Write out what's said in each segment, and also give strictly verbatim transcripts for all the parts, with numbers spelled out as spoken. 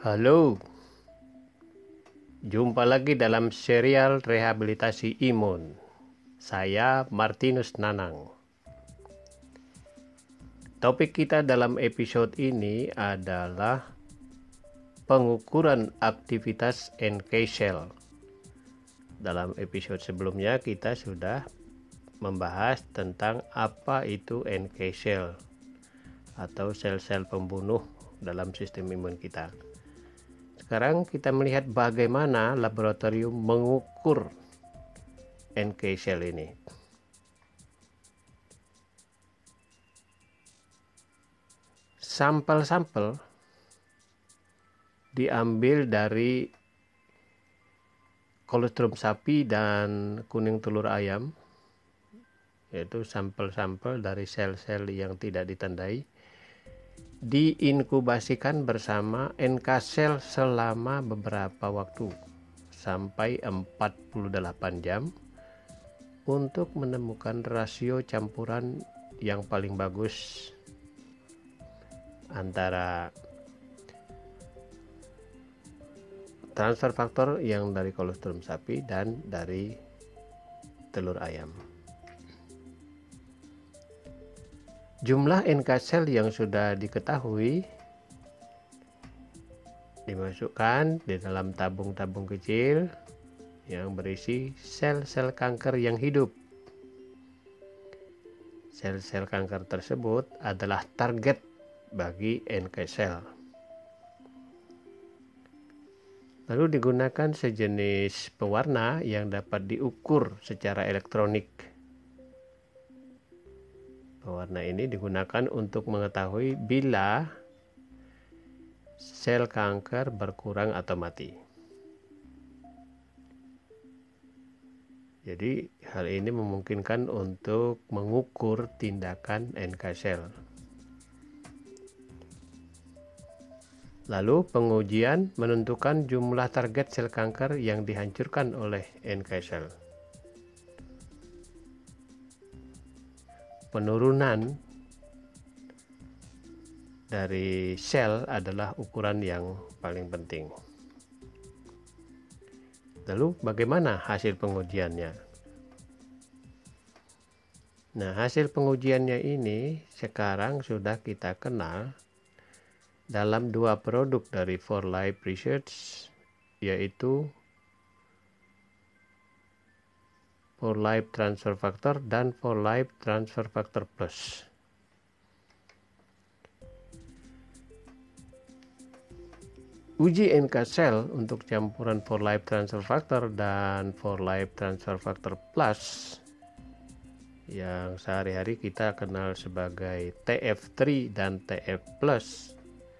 Halo, jumpa lagi dalam serial rehabilitasi imun. Saya Martinus Nanang. Topik kita dalam episode ini adalah pengukuran aktivitas N K cell. Dalam episode sebelumnya kita sudah membahas tentang apa itu N K cell atau sel-sel pembunuh dalam sistem imun kita. Sekarang kita melihat bagaimana laboratorium mengukur N K cell ini. Sampel-sampel diambil dari kolostrum sapi dan kuning telur ayam, yaitu sampel-sampel dari sel-sel yang tidak ditandai, diinkubasikan bersama N K cell selama beberapa waktu sampai empat puluh delapan jam untuk menemukan rasio campuran yang paling bagus antara transfer faktor yang dari kolostrum sapi dan dari telur ayam. Jumlah N K cell yang sudah diketahui dimasukkan di dalam tabung-tabung kecil yang berisi sel-sel kanker yang hidup. Sel-sel kanker tersebut adalah target bagi N K cell. Lalu digunakan sejenis pewarna yang dapat diukur secara elektronik. Pewarna ini digunakan untuk mengetahui bila sel kanker berkurang atau mati. Jadi hal ini memungkinkan untuk mengukur tindakan N K cell. Lalu pengujian menentukan jumlah target sel kanker yang dihancurkan oleh N K cell. Penurunan dari sel adalah ukuran yang paling penting. Lalu bagaimana hasil pengujiannya? Nah, hasil pengujiannya ini sekarang sudah kita kenal dalam dua produk dari For Life Research, yaitu For Life Transfer Factor dan For Life Transfer Factor Plus. Uji N K cell untuk campuran For Life Transfer Factor dan For Life Transfer Factor Plus yang sehari-hari kita kenal sebagai T F tiga dan T F Plus.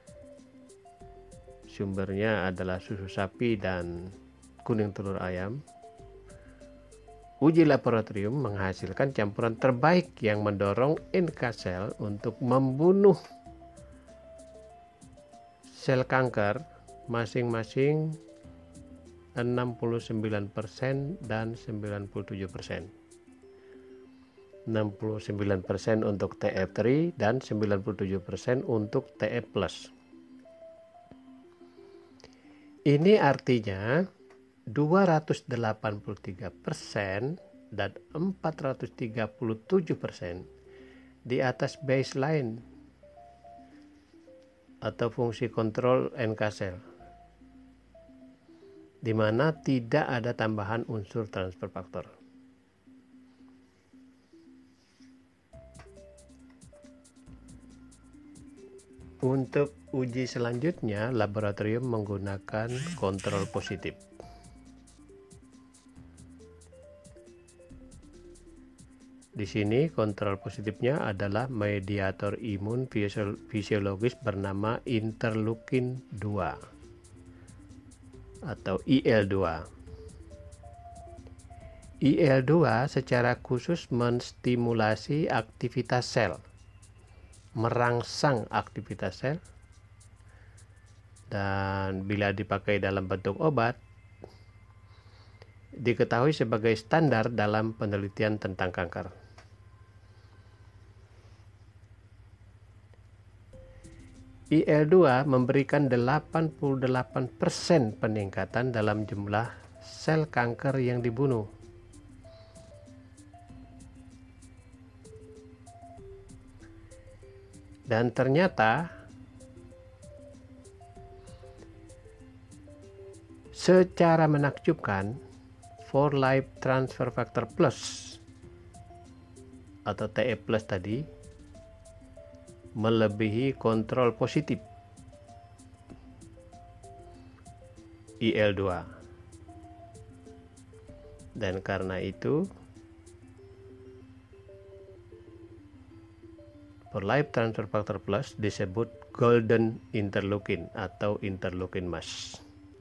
Sumbernya adalah susu sapi dan kuning telur ayam. Uji laboratorium menghasilkan campuran terbaik yang mendorong N K cell untuk membunuh sel kanker masing-masing enam puluh sembilan persen dan sembilan puluh tujuh persen. enam puluh sembilan persen untuk T F tiga dan sembilan puluh tujuh persen untuk T F plus. Ini artinya dua ratus delapan puluh tiga persen dan empat ratus tiga puluh tujuh persen di atas baseline atau fungsi kontrol N K cell, di mana tidak ada tambahan unsur transfer faktor. Untuk uji selanjutnya, laboratorium menggunakan kontrol positif. Di sini kontrol positifnya adalah mediator imun fisiologis bernama interleukin dua atau I L dua. I L dua secara khusus menstimulasi aktivitas sel, merangsang aktivitas sel, dan bila dipakai dalam bentuk obat diketahui sebagai standar dalam penelitian tentang kanker. I L dua memberikan delapan puluh delapan persen peningkatan dalam jumlah sel kanker yang dibunuh. Dan ternyata secara menakjubkan, for life transfer factor plus atau T F plus tadi melebihi kontrol positif I L dua. Dan karena itu for life transfer factor plus disebut golden interleukin atau interleukin emas.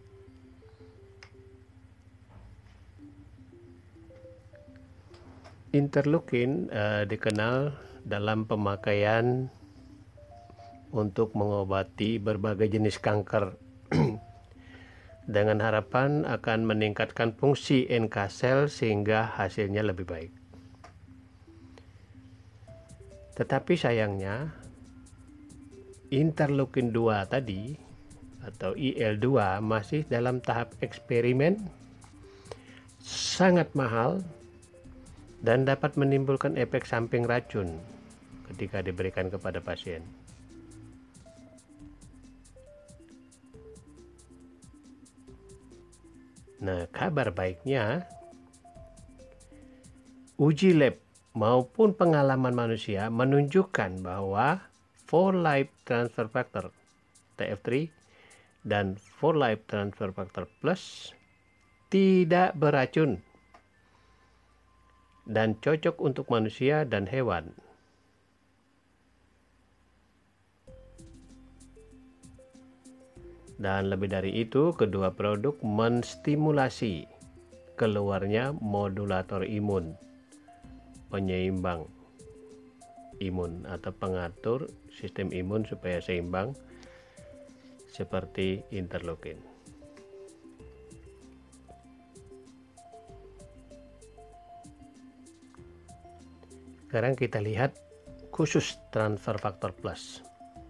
Interleukin eh, dikenal dalam pemakaian untuk mengobati berbagai jenis kanker dengan harapan akan meningkatkan fungsi N K sel sehingga hasilnya lebih baik. Tetapi sayangnya interleukin dua tadi atau I L dua masih dalam tahap eksperimen, sangat mahal dan dapat menimbulkan efek samping racun ketika diberikan kepada pasien. Nah, kabar baiknya, uji lab maupun pengalaman manusia menunjukkan bahwa for life transfer factor T F tiga dan for life transfer factor plus tidak beracun dan cocok untuk manusia dan hewan. Dan lebih dari itu, kedua produk menstimulasi keluarnya modulator imun, penyeimbang imun atau pengatur sistem imun supaya seimbang seperti interleukin. Sekarang kita lihat khusus transfer factor plus.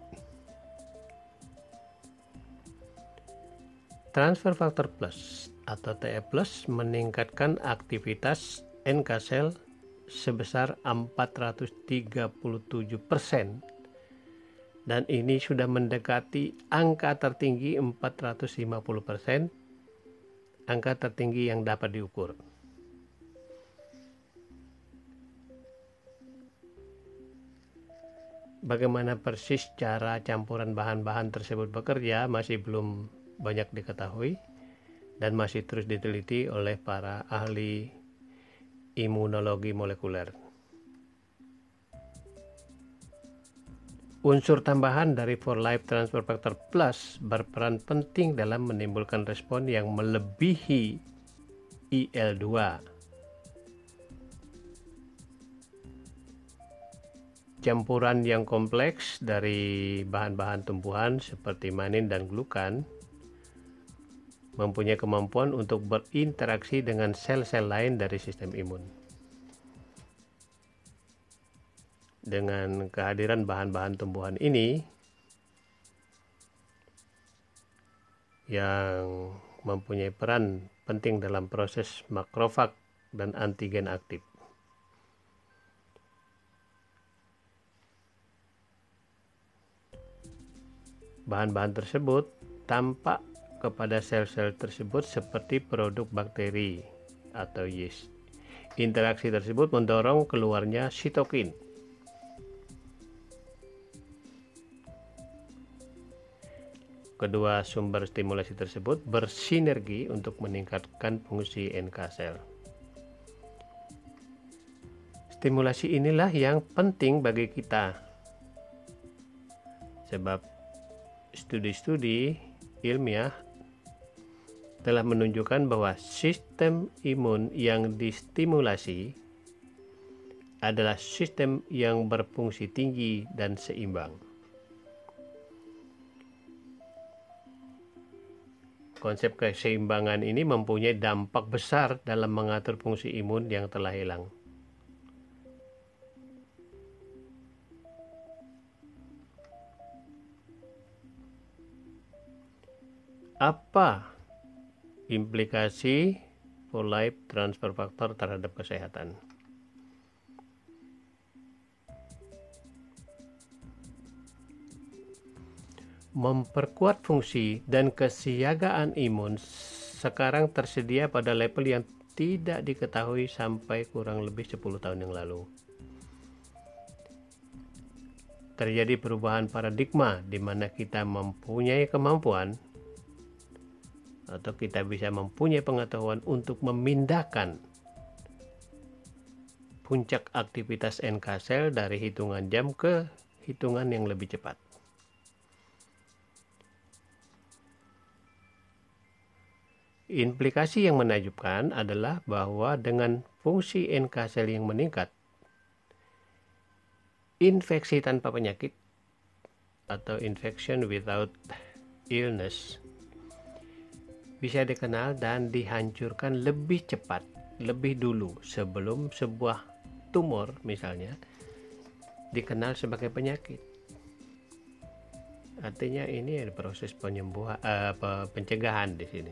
Transfer factor plus atau T F plus meningkatkan aktivitas N K sel sebesar empat ratus tiga puluh tujuh persen dan ini sudah mendekati angka tertinggi empat ratus lima puluh persen, angka tertinggi yang dapat diukur. Bagaimana persis cara campuran bahan-bahan tersebut bekerja masih belum banyak diketahui dan masih terus diteliti oleh para ahli imunologi molekuler. Unsur tambahan dari for life transfer factor plus berperan penting dalam menimbulkan respon yang melebihi I L dua. Campuran yang kompleks dari bahan-bahan tumbuhan seperti manin dan glukan mempunyai kemampuan untuk berinteraksi dengan sel-sel lain dari sistem imun. Dengan kehadiran bahan-bahan tumbuhan ini yang mempunyai peran penting dalam proses makrofag dan antigen aktif. Bahan-bahan tersebut tampak kepada sel-sel tersebut seperti produk bakteri atau yeast. Interaksi tersebut mendorong keluarnya sitokin. Kedua sumber stimulasi tersebut bersinergi untuk meningkatkan fungsi N K sel. Stimulasi inilah yang penting bagi kita, sebab studi-studi ilmiah telah menunjukkan bahwa sistem imun yang distimulasi adalah sistem yang berfungsi tinggi dan seimbang. Konsep keseimbangan ini mempunyai dampak besar dalam mengatur fungsi imun yang telah hilang. Apa implikasi for life transfer factor terhadap kesehatan? Memperkuat fungsi dan kesiagaan imun sekarang tersedia pada level yang tidak diketahui sampai kurang lebih sepuluh tahun yang lalu. Terjadi perubahan paradigma di mana kita mempunyai kemampuan atau kita bisa mempunyai pengetahuan untuk memindahkan puncak aktivitas N K sel dari hitungan jam ke hitungan yang lebih cepat. Implikasi yang menakjubkan adalah bahwa dengan fungsi N K sel yang meningkat, infeksi tanpa penyakit atau infection without illness bisa dikenal dan dihancurkan lebih cepat, lebih dulu sebelum sebuah tumor misalnya dikenal sebagai penyakit. Artinya ini ada proses penyembuhan, uh, pencegahan di sini.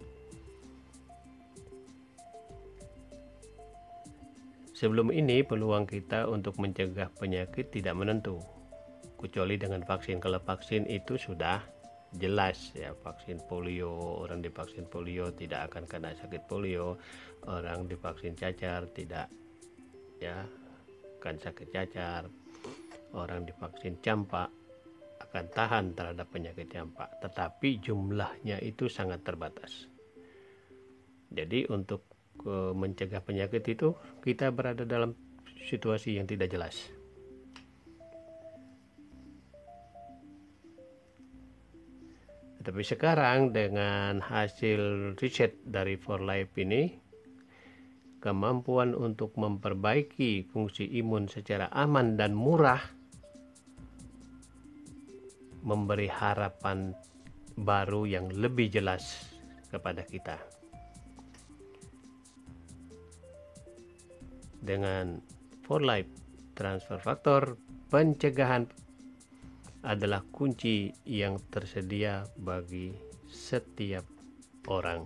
Sebelum ini peluang kita untuk mencegah penyakit tidak menentu, kecuali dengan vaksin. Kalau vaksin itu sudah jelas ya, vaksin polio, orang divaksin polio tidak akan kena sakit polio, orang divaksin cacar tidak ya akan sakit cacar, orang divaksin campak akan tahan terhadap penyakit campak, tetapi jumlahnya itu sangat terbatas. Jadi untuk mencegah penyakit itu kita berada dalam situasi yang tidak jelas. Tapi sekarang dengan hasil riset dari For Life ini, kemampuan untuk memperbaiki fungsi imun secara aman dan murah memberi harapan baru yang lebih jelas kepada kita. Dengan For Life transfer factor, pencegahan adalah kunci yang tersedia bagi setiap orang.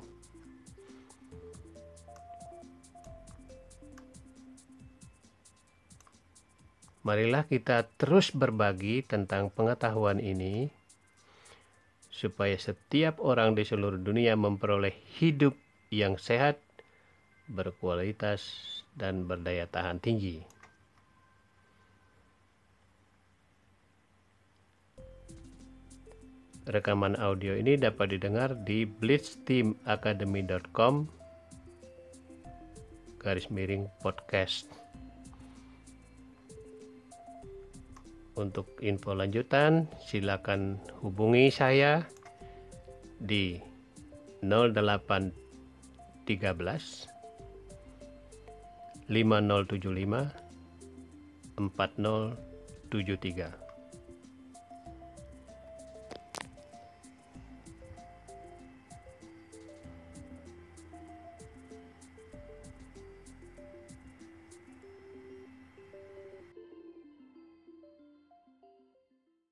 Marilah kita terus berbagi tentang pengetahuan ini supaya setiap orang di seluruh dunia memperoleh hidup yang sehat, berkualitas, dan berdaya tahan tinggi. Rekaman audio ini dapat didengar di blitzteamacademy dot com garis miring podcast. Untuk info lanjutan silakan hubungi saya di nol delapan tiga belas lima nol tujuh lima empat nol tujuh tiga.